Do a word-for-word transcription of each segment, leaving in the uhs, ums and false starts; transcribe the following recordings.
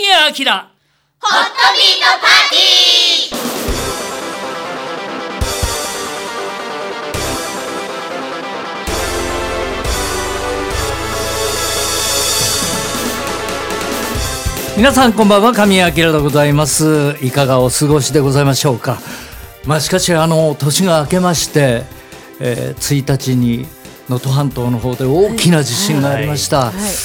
神谷明ホットビートパーティー。 皆さんこんばんは、神谷明でございます。いかがお過ごしでございましょうか。まあ、しかしあの年が明けまして、えー、ついたちに能登半島の方で大きな地震がありました、はいはいはい、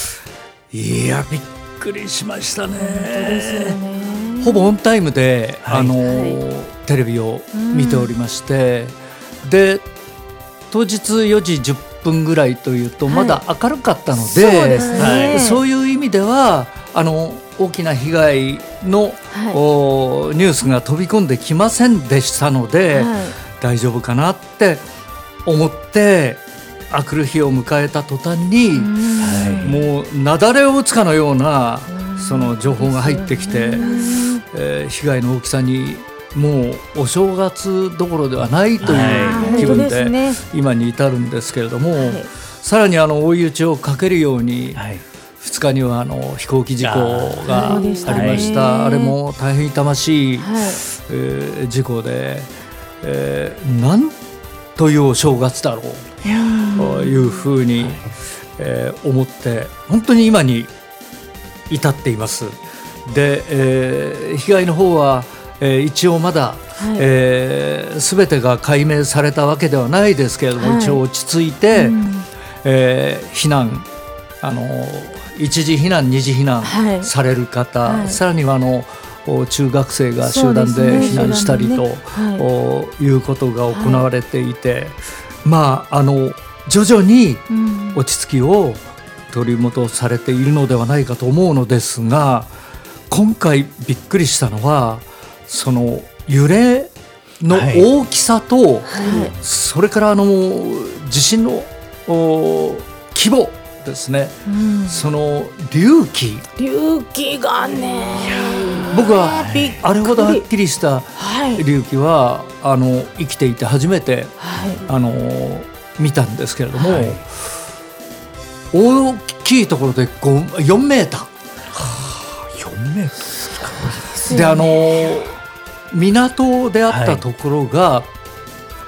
いやびっくりしましたね。本当ですよね。ほぼオンタイムで、はい、あのはい、テレビを見ておりまして、うん、で当日よじじゅっぷんぐらいというとまだ明るかったので、はい、そうですね、はい、そういう意味ではあの大きな被害の、はい、ニュースが飛び込んできませんでしたので、はい、大丈夫かなって思って明くる日を迎えた途端に、はい、もう雪崩を打つかのようなその情報が入ってきて、えー、被害の大きさにもうお正月どころではないという気分で今に至るんですけれども、はい、さらにあの追い打ちをかけるように、はい、ふつかにはあの飛行機事故がありました。 あ, した、あれも大変痛ましい、はい、えー、事故で、えー、なんというお正月だろうというふうに、えー、思って本当に今に至っています。で、えー、被害の方は、えー、一応まだ、はい、えー、全てが解明されたわけではないですけれども、はい、一応落ち着いて、うん、えー、避難あの一時避難二次避難される方、はいはい、さらにはあの中学生が集団で避難したりと、ね、はい、いうことが行われていて、はい、まああの徐々に落ち着きを取り戻されているのではないかと思うのですが、今回びっくりしたのはその揺れの大きさと、はいはい、それからあの地震の規模ですね、うん、その隆起隆起がね、 僕はあれほどはっきりした隆起は、はい、あの生きていて初めて、はい、あの見たんですけれども、はい、大きいところでよんメーター、はあ、よんメーターすごいですね。 であの港であったところが、はい、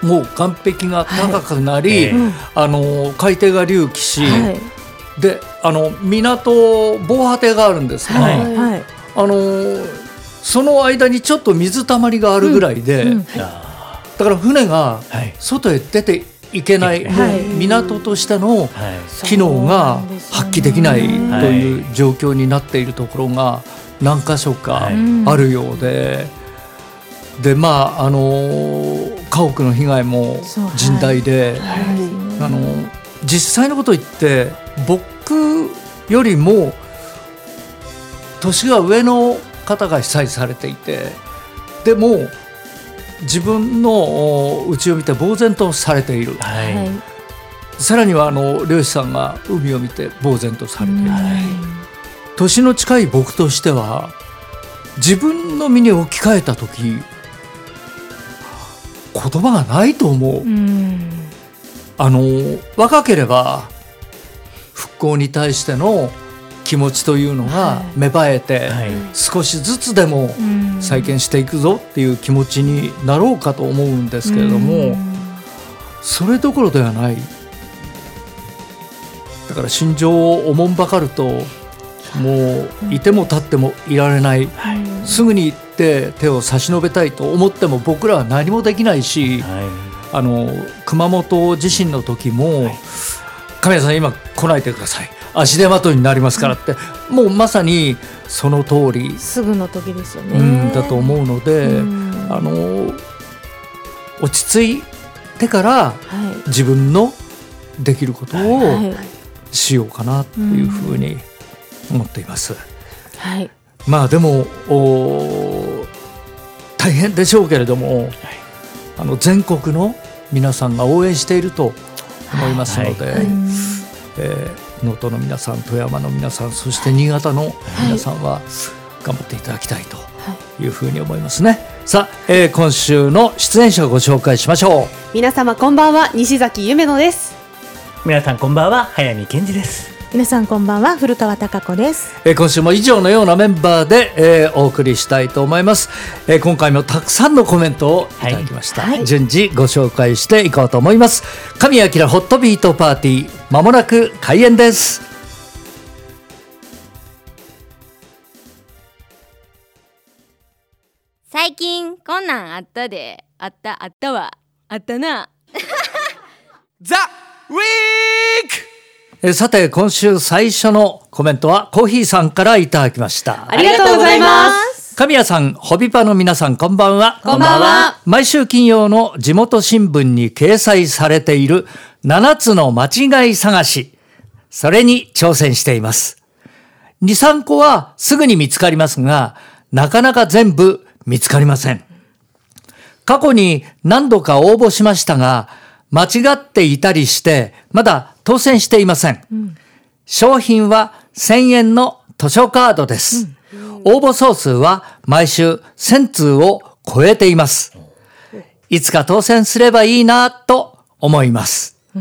もう岸壁が高くなり、はい、あの海底が隆起し、はい、であの港防波堤があるんですが、はいはい、あのその間にちょっと水たまりがあるぐらいで、うんうん、だから船が外へ出ていけない、はい、もう港としての機能が発揮できないという状況になっているところが何か所かあるようで、でまああの家屋の被害も甚大で、はい、あの実際のことを言って僕よりも年が上の方が被災されていて、でも自分の家を見て呆然とされている、はい、さらにはあの漁師さんが海を見て呆然とされている、はい、年の近い僕としては自分の身に置き換えた時言葉がないと思う。うん、あの若ければ復興に対しての気持ちというのが芽生えて、はい、少しずつでも再建していくぞっていう気持ちになろうかと思うんですけれども、それどころではない。だから心情をおもんばかるともういても立ってもいられない、はい、すぐに行って手を差し伸べたいと思っても僕らは何もできないし、はい、あの熊本地震の時も、はい、神谷さん今来ないでください、足手まといになりますからって、うん、もうまさにその通りすぐの時ですよね、 うん、だと思うので、うん、あの落ち着いてから、はい、自分のできることをしようかなっていうふうに思っています、はい、まあでも大変でしょうけれども、はい、あの全国の皆さんが応援していると思いますので、はいはい、えー、能登の皆さん、富山の皆さん、そして新潟の皆さんは頑張っていただきたいというふうに思いますね、はい、さあ、えー、今週の出演者をご紹介しましょう。 皆様こんばんは、西崎夢乃です。 皆さんこんばんは、早見健二です。 皆さんこんばんは、古川貴子です。 えー、今週も以上のようなメンバーで、えー、お送りしたいと思います。えー、今回もたくさんのコメントをいただきました、はいはい、順次ご紹介していこうと思います。神谷明ホットビートパーティー、まもなく開演です。 最近こんなんあったで。あったあったわ。あったなザ・ウィーク。 えさて今週最初のコメントはコーヒーさんからいただきました。 ありがとうございます。 神谷さん、ホビパの皆さん、こんばんは。 こんばんは。 毎週金曜の地元新聞に掲載されているななつの間違い探し、それに挑戦しています。に、さんこはすぐに見つかりますが、なかなか全部見つかりません。過去に何度か応募しましたが、間違っていたりしてまだ当選していません、うん、商品はせんえんの図書カードです、うん、応募総数は毎週せんつうを超えています。いつか当選すればいいなと思います、うん、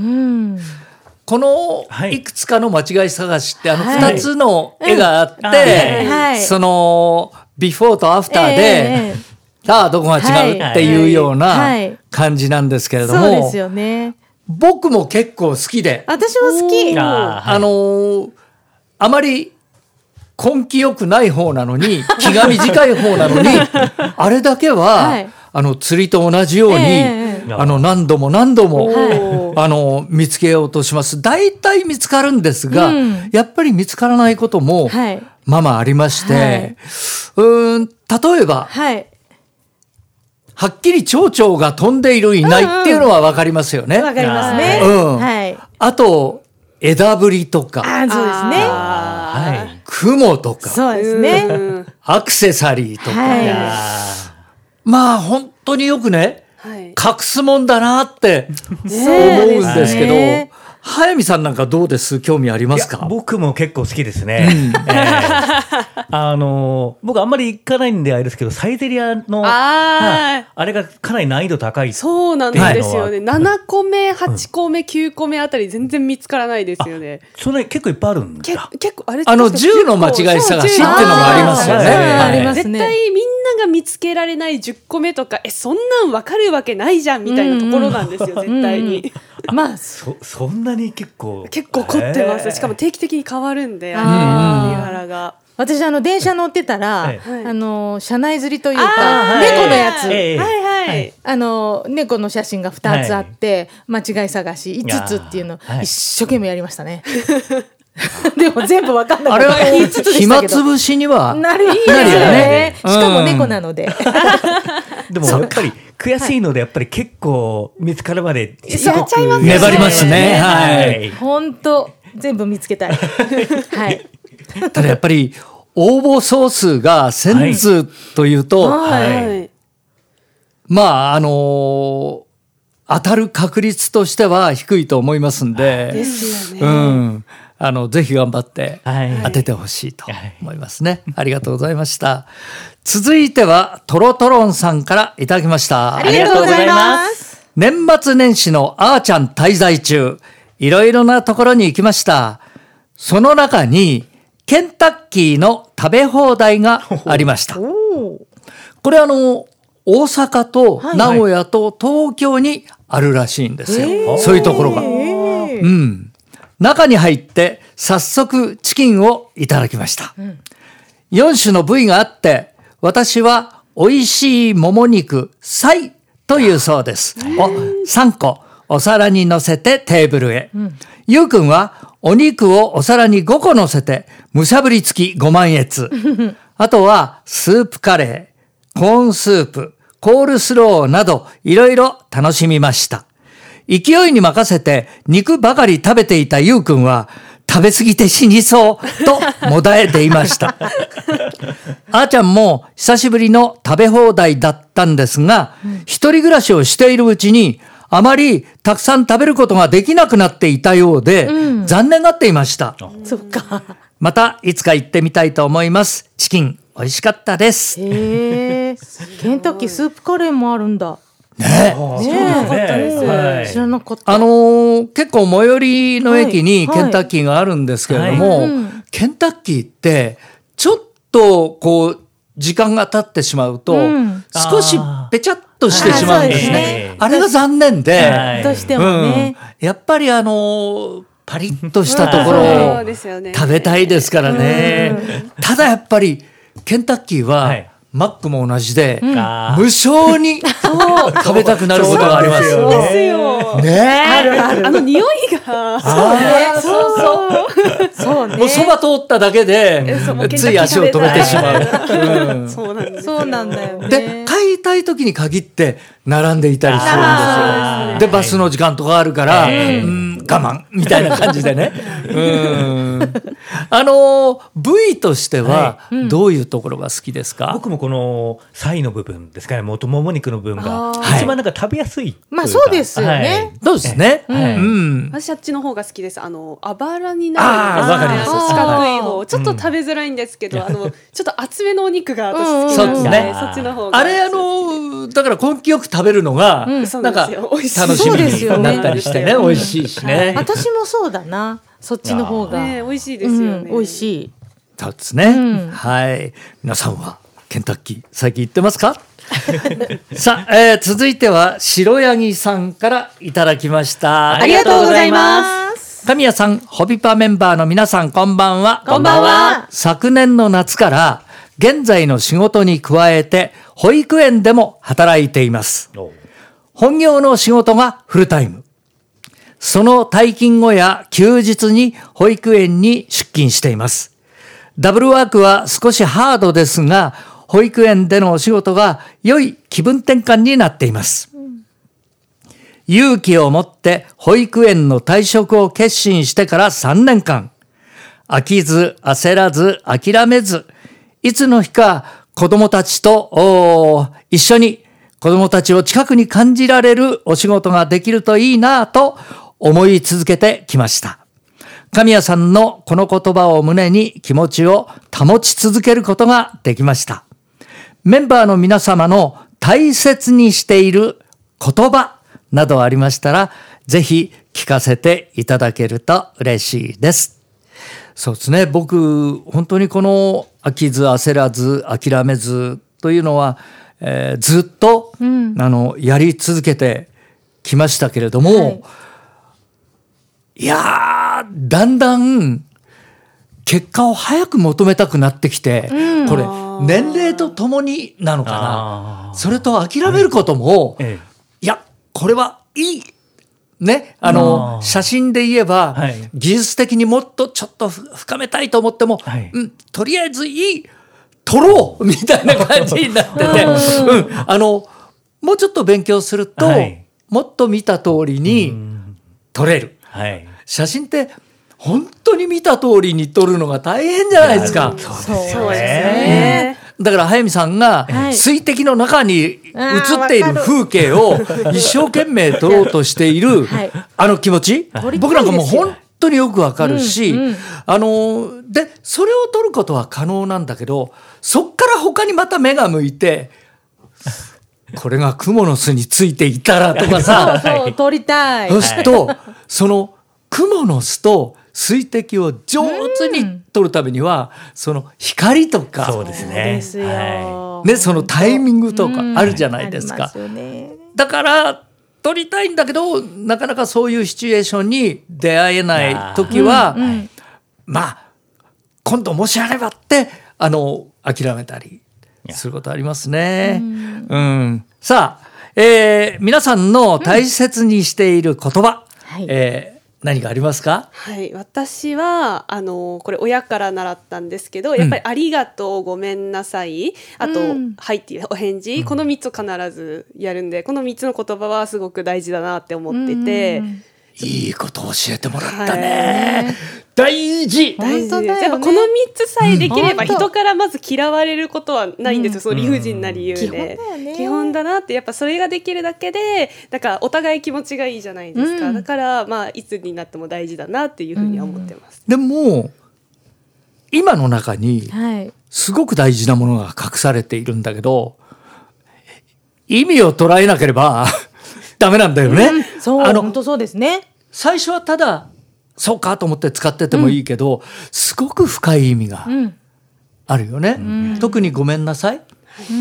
このいくつかの間違い探しってあのふたつの絵があって、はいはい、そのビフォーとアフターで、えーさあどこが違うっていうような感じなんですけれども、 そうですよね。 僕も結構好きで、 私も好き。 あ、はい、あのー、あまり根気よくない方なのに気が短い方なのにあれだけは、はい、あの釣りと同じように、えー、あの何度も何度も、はい、あの見つけようとします。大体見つかるんですが、うん、やっぱり見つからないことも、はい、ままありまして、はい、うーん例えば、はいはっきり蝶々が飛んでいるいないっていうのは分かりますよね。 分かりますね、 うんはい、あと枝ぶりとか、 あそうですね、 はい、雲とか、 そうですね、 アクセサリーとか、はい、まあ本当によくね、はい、隠すもんだなって思うんですけど、ね、早見さんなんかどうです？興味ありますか？ 僕も結構好きですね、うんえー、あの僕あんまり行かないんであれですけど、サイゼリアの あ, あれがかなり難易度高い。 そうなんですよね。ななこめはちこめきゅうこめあたり全然見つからないですよね。 それ結構いっぱいあるんだ。 結構あれあのじゅうの間違い探しっていうのもありますよね。 ありますね。 絶対みんなが見つけられないじゅっこめとか、えそんなん分かるわけないじゃんみたいなところなんですよ、うん、絶対に。 まあ そ, そんなに結構結構凝ってます。しかも定期的に変わるんで、あの柄が。 私あの電車乗ってたら、はい、あの車内釣りというか猫のやつ、はいはい、あの猫の写真がふたつあって、はい、間違い探しいつつっていうのを一生懸命やりましたね。でも全部わかんない。 あれはいつつでしたけど、暇つぶしにはなるよね。しかも猫なので。 でもやっぱり悔しいので、やっぱり結構見つかるまでやっちゃいますね。 粘りますね。はい。 本当全部見つけたい。はい。 ただやっぱり応募総数がせんつうというと、はいはい、まああのー、当たる確率としては低いと思いますんで、 ですよね。 うん、あのぜひ頑張って当ててほしいと思いますね、はいはい、ありがとうございました。続いてはトロトロンさんからいただきました。 ありがとうございます。 年末年始のあーちゃん滞在中、いろいろなところに行きました。その中にケンタッキーの食べ放題がありました。これあの大阪と名古屋と東京にあるらしいんですよ、はい、そういうところが、うん、中に入って早速チキンをいただきました、うん、よんしゅの部位があって、私は美味しいもも肉サイというそうです。をさんこお皿に乗せてテーブルへ、うん、ゆうくんはお肉をお皿にごこ乗せてむしゃぶり付きごまんえつあとはスープカレー、コーンスープ、コールスローなどいろいろ楽しみました。勢いに任せて肉ばかり食べていたゆうくんは食べ過ぎて死にそうともだえていましたあーちゃんも久しぶりの食べ放題だったんですが、うん、一人暮らしをしているうちにあまりたくさん食べることができなくなっていたようで、うん、残念がっていました。 そっか。 またいつか行ってみたいと思います。チキン美味しかったです。 へーケンタッキースープカレーもあるんだ。 ね。 知らなかったです、 はい知らなかった。 あのー結構最寄りの駅にケンタッキーがあるんですけれども、 はいはいうんケンタッキーってちょっとこう時間が経ってしまうと、 うん少しべちゃっとしてしまうんですね。あれが残念で、 はいどうしてもね、 うん、やっぱりあのーパリッとしたとこそうろをですよね食べたいですからね。ただやっぱりケンタッキーは、 はいマックも同じで、 あー無性に食べたくなることがありますそうですよ。 ね。 あるある。あの匂いが。 そうねそうそうそうねもうそば通っただけでそうもうつい足を止めてしまう。うんそうなんですよ。 そうなんだよね。 で買いたい時に限って並んでいたりするんですよ。 あーでバスの時間とかあるから、 えーうん我慢みたいな感じでね。うんあの部位としてはどういうところが好きですか？ 僕もこのサイの部分ですかね、もともも肉の部分があー一番なんか食べやすいというか。 まあそうですよねそうですね。 はいうん私あっちの方が好きです。あのあばらになるんですあーわかります四角い方、 はいちょっと食べづらいんですけど、あのちょっと厚めのお肉が私好きそうですねなので、そっちの方が。 あれあのだから根気よく食べるのが、 うんなんかそうなんですよ美味しい楽しみそうですよねになったりしてね、美味しいしね。 私もそうだな。そっちの方が、 ね美味しいですよね。 うん、美味しい。 そうですね、 うんはい皆さんはケンタッキー最近行ってますか？さあ、えー続いては白柳さんからいただきました。 ありがとうございます。 神谷さん、ホビパメンバーの皆さん、こんばんは。 こんばんは。 昨年の夏から現在の仕事に加えて保育園でも働いています。 お本業の仕事がフルタイム。その退勤後や休日に保育園に出勤しています。ダブルワークは少しハードですが、保育園でのお仕事が良い気分転換になっています。勇気を持って保育園の退職を決心してからさんねんかん、飽きず焦らず諦めず、いつの日か子供たちとおー一緒に子供たちを近くに感じられるお仕事ができるといいなぁと思い続けてきました。神谷さんのこの言葉を胸に気持ちを保ち続けることができました。メンバーの皆様の大切にしている言葉などありましたら、ぜひ聞かせていただけると嬉しいです。そうですね。僕、本当にこの飽きず焦らず諦めずというのは、えーずっと、うん、あのやり続けてきましたけれども、はい、いやーだんだん結果を早く求めたくなってきて、うん、これ年齢とともになのかな、それと諦めることも、はい、いやこれはいいね、あの写真で言えば、はい、技術的にもっとちょっと深めたいと思っても、はい、うん、とりあえずいい撮ろうみたいな感じになってて、うん、あのもうちょっと勉強すると、はい、もっと見た通りに撮れる、はい、写真って本当に見た通りに撮るのが大変じゃないですか。 そうですね。 だから早見さんが水滴の中に映っている風景を一生懸命撮ろうとしているあの気持ち、僕なんかもう本当によくわかるし、うんうん、あのでそれを撮ることは可能なんだけど、そっから他にまた目が向いてこれがクモの巣についていたらとかさそうそう撮りたい。 そうするとそのクモの巣と水滴を上手に撮るためには、うん、その光とかそうですね、 そうですよ、 はい、ね、そのタイミングとかあるじゃないですか、うん、ね、だから撮りたいんだけどなかなかそういうシチュエーションに出会えない時は、うんうん、まあ今度もしあればってあの諦めたりすることありますね、うんうん、さあ、えー、皆さんの大切にしている言葉、うん、えー何かありますか？ はい、私はあのこれ親から習ったんですけど、やっぱりありがとう、ごめんなさい、あと、うん、はいっていうお返事、うん、このみっつを必ずやるんで、このみっつの言葉はすごく大事だなって思ってて、うん、 いいこと教えてもらったね、はい、大事大事です、ね、やっぱこのみっつさえできれば人からまず嫌われることはないんですよ、うん、その理不尽な理由で、うん、基本だよね、基本だなって、やっぱそれができるだけでだからお互い気持ちがいいじゃないですか、うん、だからまあいつになっても大事だなっていうふうには思ってます、 うん、でも今の中にすごく大事なものが隠されているんだけど、 意味を捉えなければダメなんだよね、 うん、そうあの本当そうですね。 最初はただそうかと思って使っててもいいけど、うん、すごく深い意味があるよね、うん、特にごめんなさい、うん、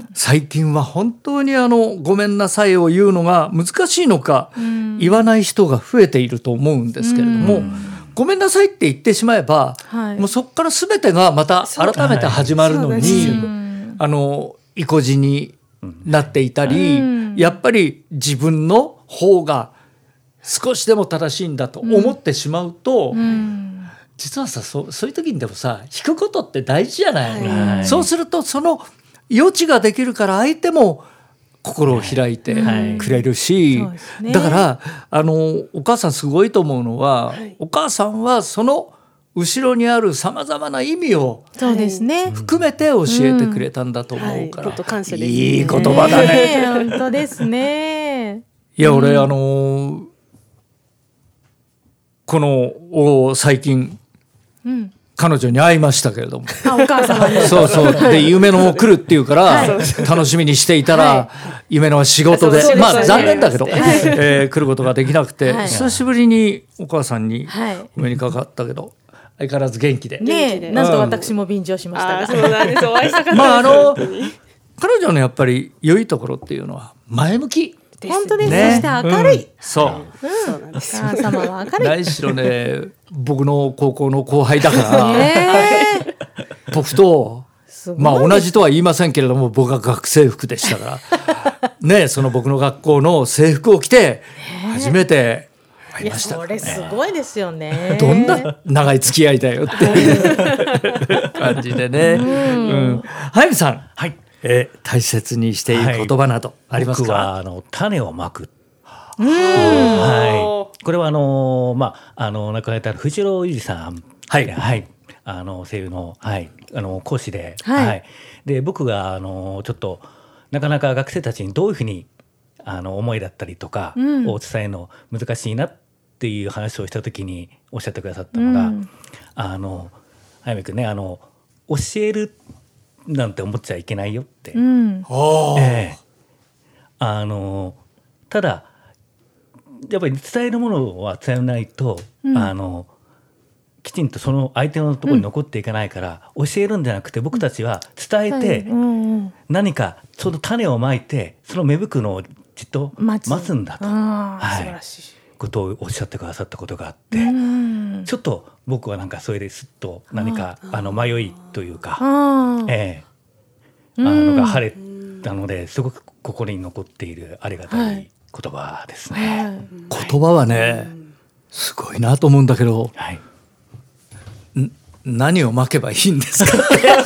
最近は本当にあのごめんなさいを言うのが難しいのか、うん、言わない人が増えていると思うんですけれども、うん、ごめんなさいって言ってしまえば、はい、もうそこから全てがまた改めて始まるのに、はい、あの意固地になっていたり、うん、やっぱり自分の方が少しでも正しいんだと思ってしまうと、うんうん、実はさ そ, そういう時にでもさ引くことって大事じゃない、はい、そうするとその余地ができるから相手も心を開いてくれるし、はいはいね、だからあのお母さんすごいと思うのは、はい、お母さんはその後ろにあるさまざまな意味を含めて教えてくれたんだと思うから、 うんはい、 いい言葉だね。 本当ですね。 いや俺、うん、あのこの最近、うん、彼女に会いましたけれども、 あお母様にそうそうで夢のも来るっていうから、はい、楽しみにしていたら、はい、夢のは仕事で、まあ残念だけど、はいえー、来ることができなくて、はい、久しぶりにお母さんにお目にかかったけど、相変わらず元気で、 ねえ、なんと私も便乗しましたが、 あそうなんですお会いしたかったです。 まああの彼女のやっぱり良いところっていうのは前向き。 本当です、ね、そして明るい、 うん、そう、 うん、お母様は明るい。 何しろね僕の高校の後輩だからえー、僕とまあ同じとは言いませんけれども僕は学生服でしたからねその僕の学校の制服を着て初めて会いました、 いやそれすごいですよね。 どんな長い付き合いだよっていう感じでね、うんうん、早見さん、はいえー、大切にしている言葉などありますか？ はい、僕はあの種をまく、はい、これはあの、まあ、あの亡くなられた藤郎裕二さん、はいはい、あの声優の、はい、あの講師で、はいはい、で僕があのちょっとなかなか学生たちにどういうふうにあの思いだったりとかを伝えるの難しいなっていう話をした時におっしゃってくださったのが、うん、あの早見くんねあの教えるなんて思っちゃいけないよって、うんえー、あのただやっぱり伝えるものは伝えないと、うん、あのきちんとその相手のところに残っていかないから、うん、教えるんじゃなくて僕たちは伝えて、うん、何かその種をまいてその芽吹くのをじっと待つんだと、はい、素晴らしいことをおっしゃってくださったことがあって、うん、ちょっと僕はなんかそれですっと何かあの迷いというか、えー、あのが晴れたのですごく心に残っているありがたい言葉ですね、はいはい、 言葉はねすごいなと思うんだけど、はい、ん何をまけばいいんですか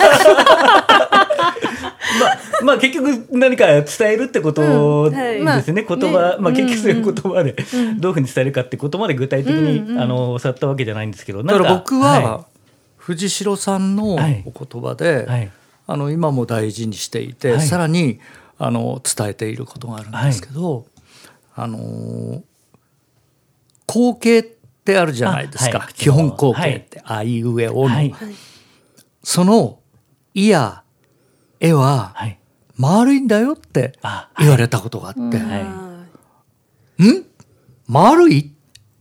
まあ、まあ結局何か伝えるってことですね、うんはい、言葉、まあ、結局そういう言葉でどういうふうに伝えるかってことまで具体的に、うんうん、あの教わったわけじゃないんですけど、 だから僕は藤代さんのお言葉で、はいはい、あの今も大事にしていて、はい、さらにあの伝えていることがあるんですけど、はい、あの光景ってあるじゃないですか、はい、基本光景って、はい、あいうえおの、はい、そのいや絵は丸いんだよって言われたことがあって、はいはい、ん丸い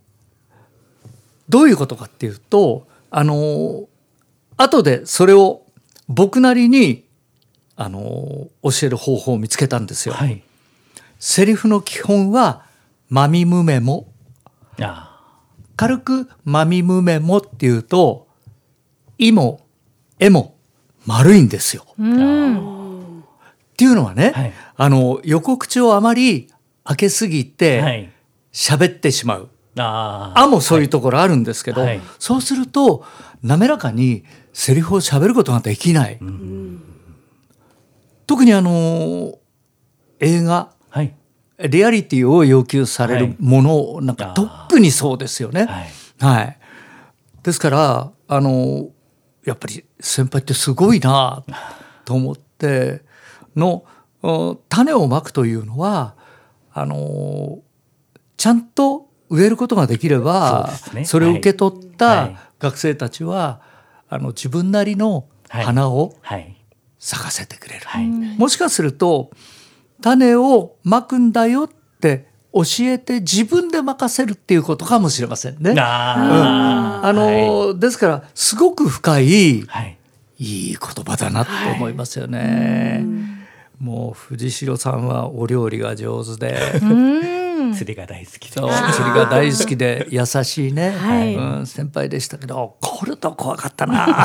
どういうことかっていうと、あの後でそれを僕なりにあの教える方法を見つけたんですよ、はい、セリフの基本はまみむめも、あ軽くまみむめもっていうといもえも丸いんですよ、うんっていうのはね、はい、あの横口をあまり開けすぎて喋ってしまう、はい、あもそういうところあるんですけど、はい、そうすると滑らかにセリフを喋ることができない、うん、特にあの映画、はい、リアリティを要求されるもの、はい、なんか特にそうですよね、はいはい、ですからあのやっぱり先輩ってすごいなと思っての種をまくというのはあのちゃんと植えることができれば そ,、ね、それを受け取った学生たちは、はい、あの自分なりの花を咲かせてくれる、はいはい、もしかすると種をまくんだよって教えて自分で任せるっていうことかもしれませんね。あ、うん、あの、はい、ですからすごく深い、はい、いい言葉だなと思いますよね。はい、もう藤代さんはお料理が上手で釣りが大好きで、 釣りが大好きで優しいね、はい、うん、先輩でしたけど怒ると怖かったな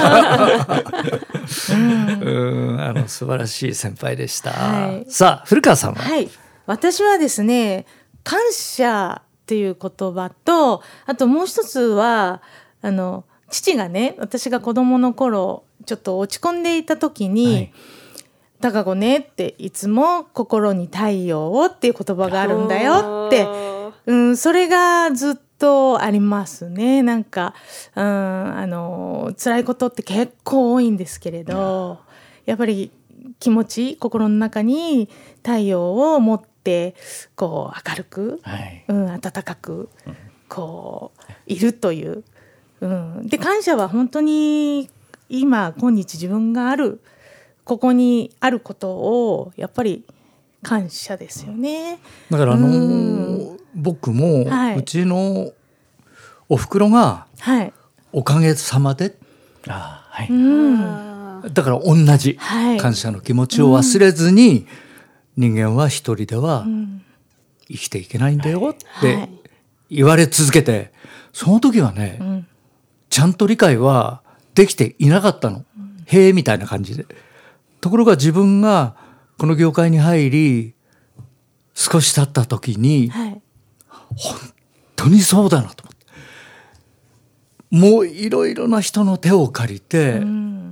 うん、あの素晴らしい先輩でした。はい、さあ古川さんは。 はい、私はですね、感謝っていう言葉と、あともう一つはあの父がね、私が子供の頃ちょっと落ち込んでいた時に、はい、高子ねっていつも心に太陽をっていう言葉があるんだよって、うん、それがずっとありますね。なんか、うん、あの辛いことって結構多いんですけれど、やっぱり気持ち、心の中に太陽を持ってこう明るく、はい、うん、温かくこういるという、うん、で感謝は本当に今今日自分があるここにあることをやっぱり感謝ですよね。 だからあのーうん、僕も、はい、うちのおふくろが、はい、おかげさまで、あ、はい、うん、だから同じ感謝の気持ちを忘れずに、うん、人間は一人では生きていけないんだよって言われ続けて、その時はね、うん、ちゃんと理解はできていなかったの、うん、へえみたいな感じで。ところが自分がこの業界に入り少し経った時に、はい、本当にそうだなと思って、もういろいろな人の手を借りて、うん、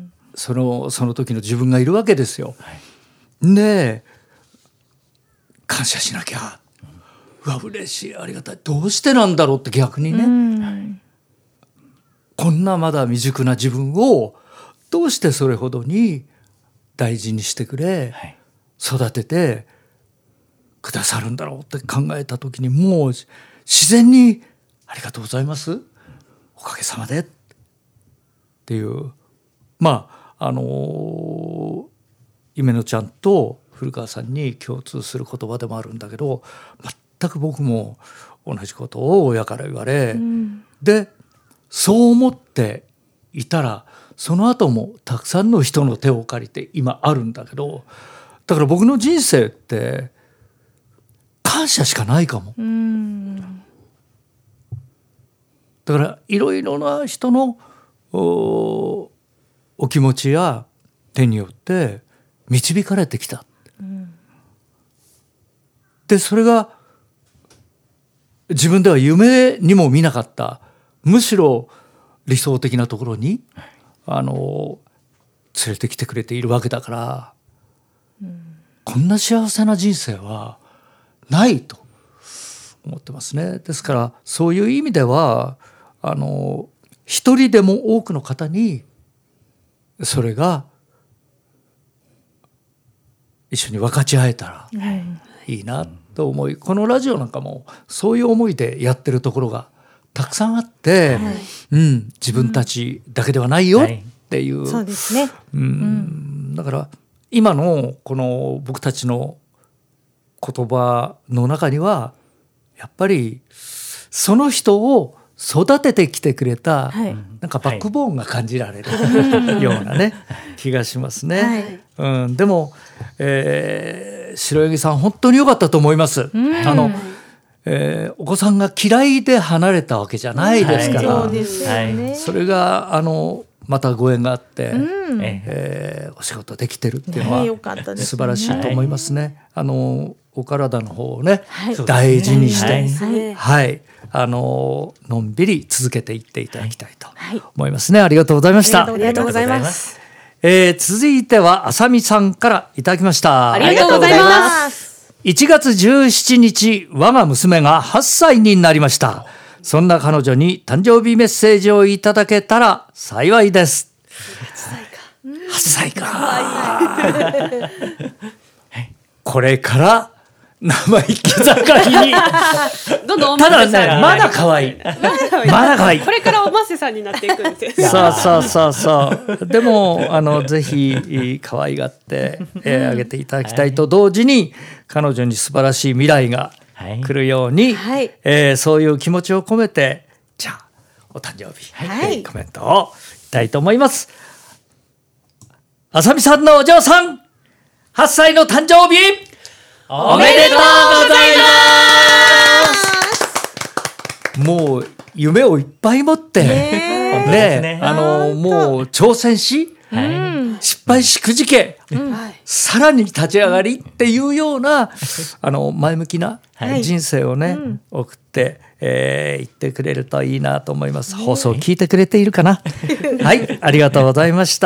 その、その時の自分がいるわけですよ、はい、で感謝しなきゃ、うわ嬉しい、ありがたい、どうしてなんだろうって逆にね、うん、こんなまだ未熟な自分をどうしてそれほどに大事にしてくれ、はい、育ててくださるんだろうって考えた時に、もう自然にありがとうございます、おかげさまでっていう、まああのー、夢乃ちゃんと古川さんに共通する言葉でもあるんだけど、全く僕も同じことを親から言われ、うん、でそう思っていたらその後もたくさんの人の手を借りて今あるんだけど、だから僕の人生って感謝しかないかも。うん、だからいろいろな人の お, お気持ちや手によって導かれてきた、うん、でそれが自分では夢にも見なかった、むしろ理想的なところにあの連れてきてくれているわけだから、うん、こんな幸せな人生はないと思ってますね。ですからそういう意味ではあの一人でも多くの方にそれが一緒に分かち合えたらいいなと思い、このラジオなんかもそういう思いでやってるところがたくさんあって、はい、うん、自分たちだけではないよっていう、はい、 そうですね、 うんうん、だから今のこの僕たちの言葉の中にはやっぱりその人を育ててきてくれた、はい、なんかバックボーンが感じられる、はい、ようなね気がしますね、はい、うん、でも、えー、白柳さん本当に良かったと思います、うん、あのえー、お子さんが嫌いで離れたわけじゃないですから、はい、そうですよね、それがあのまたご縁があって、うん、えー、お仕事できてるっていうのは、ね、素晴らしいと思いますね、はい、あのお体の方をね、はい、大事にして、はいはい、あののんびり続けていっていただきたいと思いますね、はい、ありがとうございました。 ありがとうございます。 えー、続いてはあさみさんからいただきました。 ありがとうございます。 いちがつじゅうしちにち我が娘がはっさいになりました。そんな彼女に誕生日メッセージをいただけたら幸いです。はっさいか。はっさいか。これから生意気盛りにどんどんただねまだ可愛いい。 まだ可愛い。 これからおませさんになっていくんですよ。 そうそうそうそうでもあのぜひ可愛がってあ、えー、げていただきたいと同時に、彼女に素晴らしい未来が来るように、はい、えー、そういう気持ちを込めて、じゃあお誕生日、はい、コメントをいきたいと思います。あさみさんのお嬢さん、はっさいの誕生日おめでとうございます。もう夢をいっぱい持ってね、ね、あのもう挑戦し、はい、失敗しくじけ、うん、さらに立ち上がりっていうようなあの前向きな人生をね、はい、送ってえー、言ってくれるといいなと思います。放送聞いてくれているかなはい、ありがとうございました。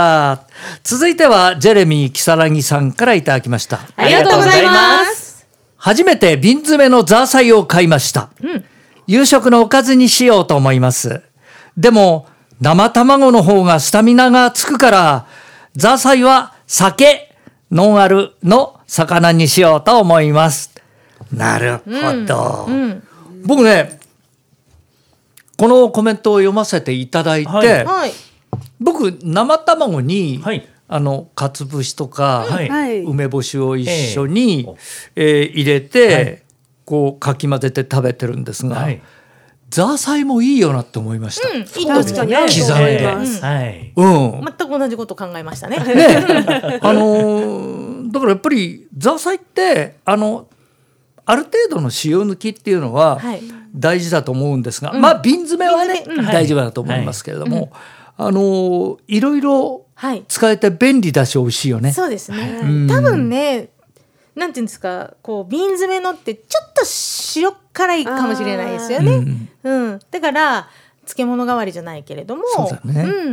続いてはジェレミー木更木さんからいただきました。 ありがとうございます。 初めて瓶詰めのザーサイを買いました、うん、夕食のおかずにしようと思います。でも生卵の方がスタミナがつくからザーサイは酒ノンアルの魚にしようと思います。なるほど、うんうん、僕ねこのコメントを読ませていただいて、はい、僕生卵に、はい、あのかつ節とか、はい、梅干しを一緒に、えーえー、入れて、はい、こうかき混ぜて食べてるんですが、はい、ザーサイもいいよなって思いました、うん、 確かに合うと思います、 はいうん、 全く同じこと考えましたね。 ねあのー、だからやっぱりザーサイってあのある程度の塩抜きっていうのは大事だと思うんですが、はい、まあ瓶詰めはね、うん、大丈夫だと思いますけれども、はい、あのいろいろ使えて便利だし美味しいよね。 そうですね、うん、多分ねなんていうんですか、こう瓶詰めのってちょっと塩辛いかもしれないですよね、うんうん、だから漬物代わりじゃないけれどもそうだね、うんうんうん、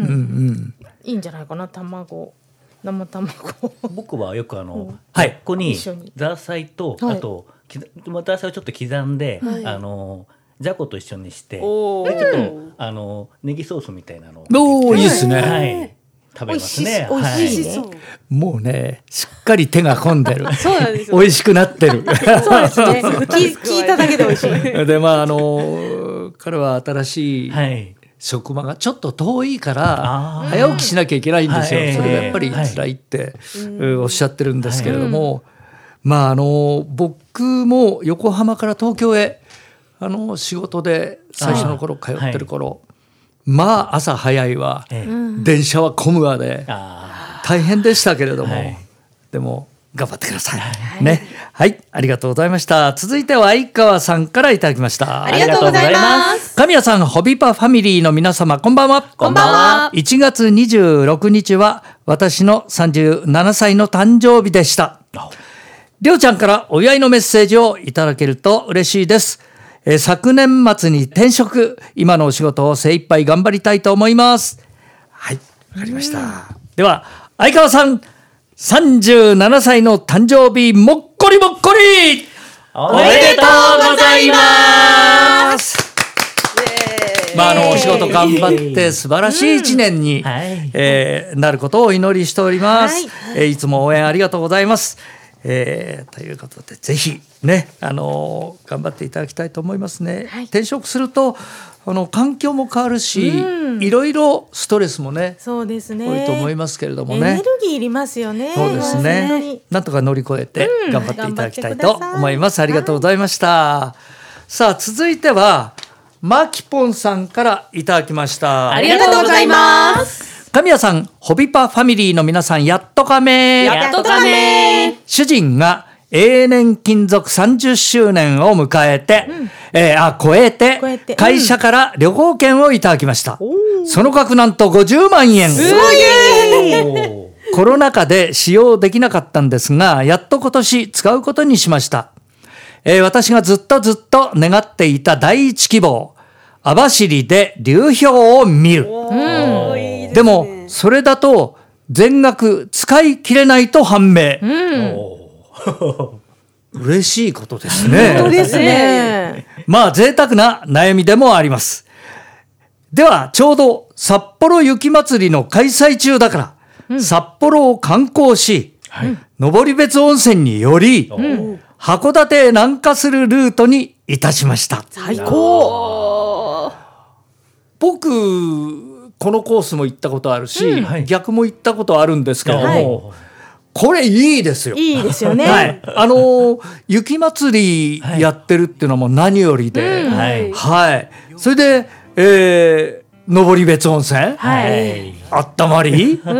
いいんじゃないかな。卵生卵僕はよくあの、うんはい、ここにザーサイと、はい、あとザーサイをちょっと刻んで、はい、あのじゃこと一緒にしてでちょっとあのネギソースみたいなのをいいですね、 はい、食べますね。 美味しいね、 はい、もうねしっかり手が込んでるそうなんですよ、 美味しくなってるそうですね聞, 聞いただけで美味しいでまああの彼は新しい、はい職場がちょっと遠いから早起きしなきゃいけないんですよ、はい、それがやっぱり辛いって、はい、おっしゃってるんですけれども、はい、まああの僕も横浜から東京へあの仕事で最初の頃通ってる頃、はい、まあ朝早いわ、ええ、電車は混むわで大変でしたけれども、はい、でも頑張ってください、はい、ね、はい、ありがとうございました。続いては相川さんからいただきました。 ありがとうございます。 神谷さん、ホビパファミリーの皆様、こんばんは。 こんばんは。 いちがつにじゅうろくにちは私のさんじゅうななさいの誕生日でした。りょうちゃんからお祝いのメッセージをいただけると嬉しいです。えー、昨年末に転職、今のお仕事を精一杯頑張りたいと思います。はい、わかりました。では相川さん、さんじゅうななさいの誕生日もっこりもっこりおめでとうございます。 まあ、あのお仕事頑張って素晴らしいいちねんに、うんはいえー、なることをお祈りしております、はいえー、いつも応援ありがとうございます、えー、ということでぜひね、あのー、頑張っていただきたいと思いますね、はい、転職するとあの環境も変わるし、うん、いろいろストレスもね、 そうですね、 多いと思いますけれどもね、 エネルギーいりますよね。 そうですね、なんとか乗り越えて頑張っていただきたいと思います、うん、ありがとうございました、はい、さあ続いてはマキポンさんからいただきました。 ありがとうございます。 神谷さん、ホビパファミリーの皆さん、やっとかめやっとかめ。 主人が永年勤続さんじゅっしゅうねんを迎えて、うんえー、あ超えて会社から旅行券をいただきました、うん、その額なんとごじゅうまんえん。 すごいコロナ禍で使用できなかったんですが、やっと今年使うことにしました、えー、私がずっとずっと願っていた第一希望、網走で流氷を見る、うん、でもそれだと全額使い切れないと判明、うん嬉しいことですね。 そうですね。 まあ贅沢な悩みでもあります。ではちょうど札幌雪まつりの開催中だから、うん、札幌を観光し、はい、登別温泉により、うん、函館へ南下するルートにいたしました。 最高。 僕このコースも行ったことあるし、うん、逆も行ったことあるんですけども、はい、これいいですよ。 いいですよね。 はい、あの雪まつりやってるっていうのはもう何よりで、はい、はい、それで、えー登別温泉、はい、あったまり、うん、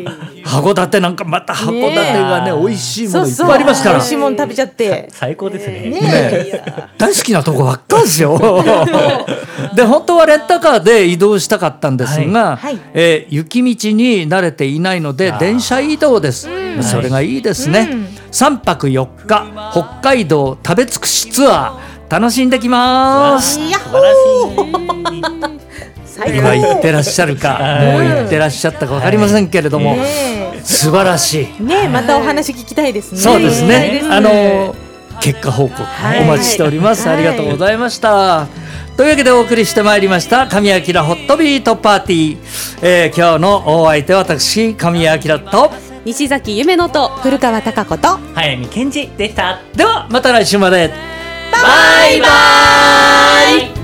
函館なんかまた函館がね美味しいものいっぱいありますから、 美味しいもの食べちゃって最高ですね。 ねね大好きなとこばっかですよ。で本当はレンタカーで移動したかったんですが、はい、えー、雪道に慣れていないので電車移動です、うん、それがいいですね、うん、さんぱくよっか北海道食べ尽くしツアー楽しんできます。 やっほー今言ってらっしゃるか、もう言ってらっしゃったか分かりませんけれども、ね、素晴らしい、 ね、またお話聞きたいですね。 そうですね、あの結果報告お待ちしております、はい、ありがとうございました、はい、というわけでお送りしてまいりました神谷明ホットビートパーティー、えー、今日のお相手は私神谷明と西崎夢乃と古川貴子と早見健二でした。 ではまた来週まで。 バイバイ。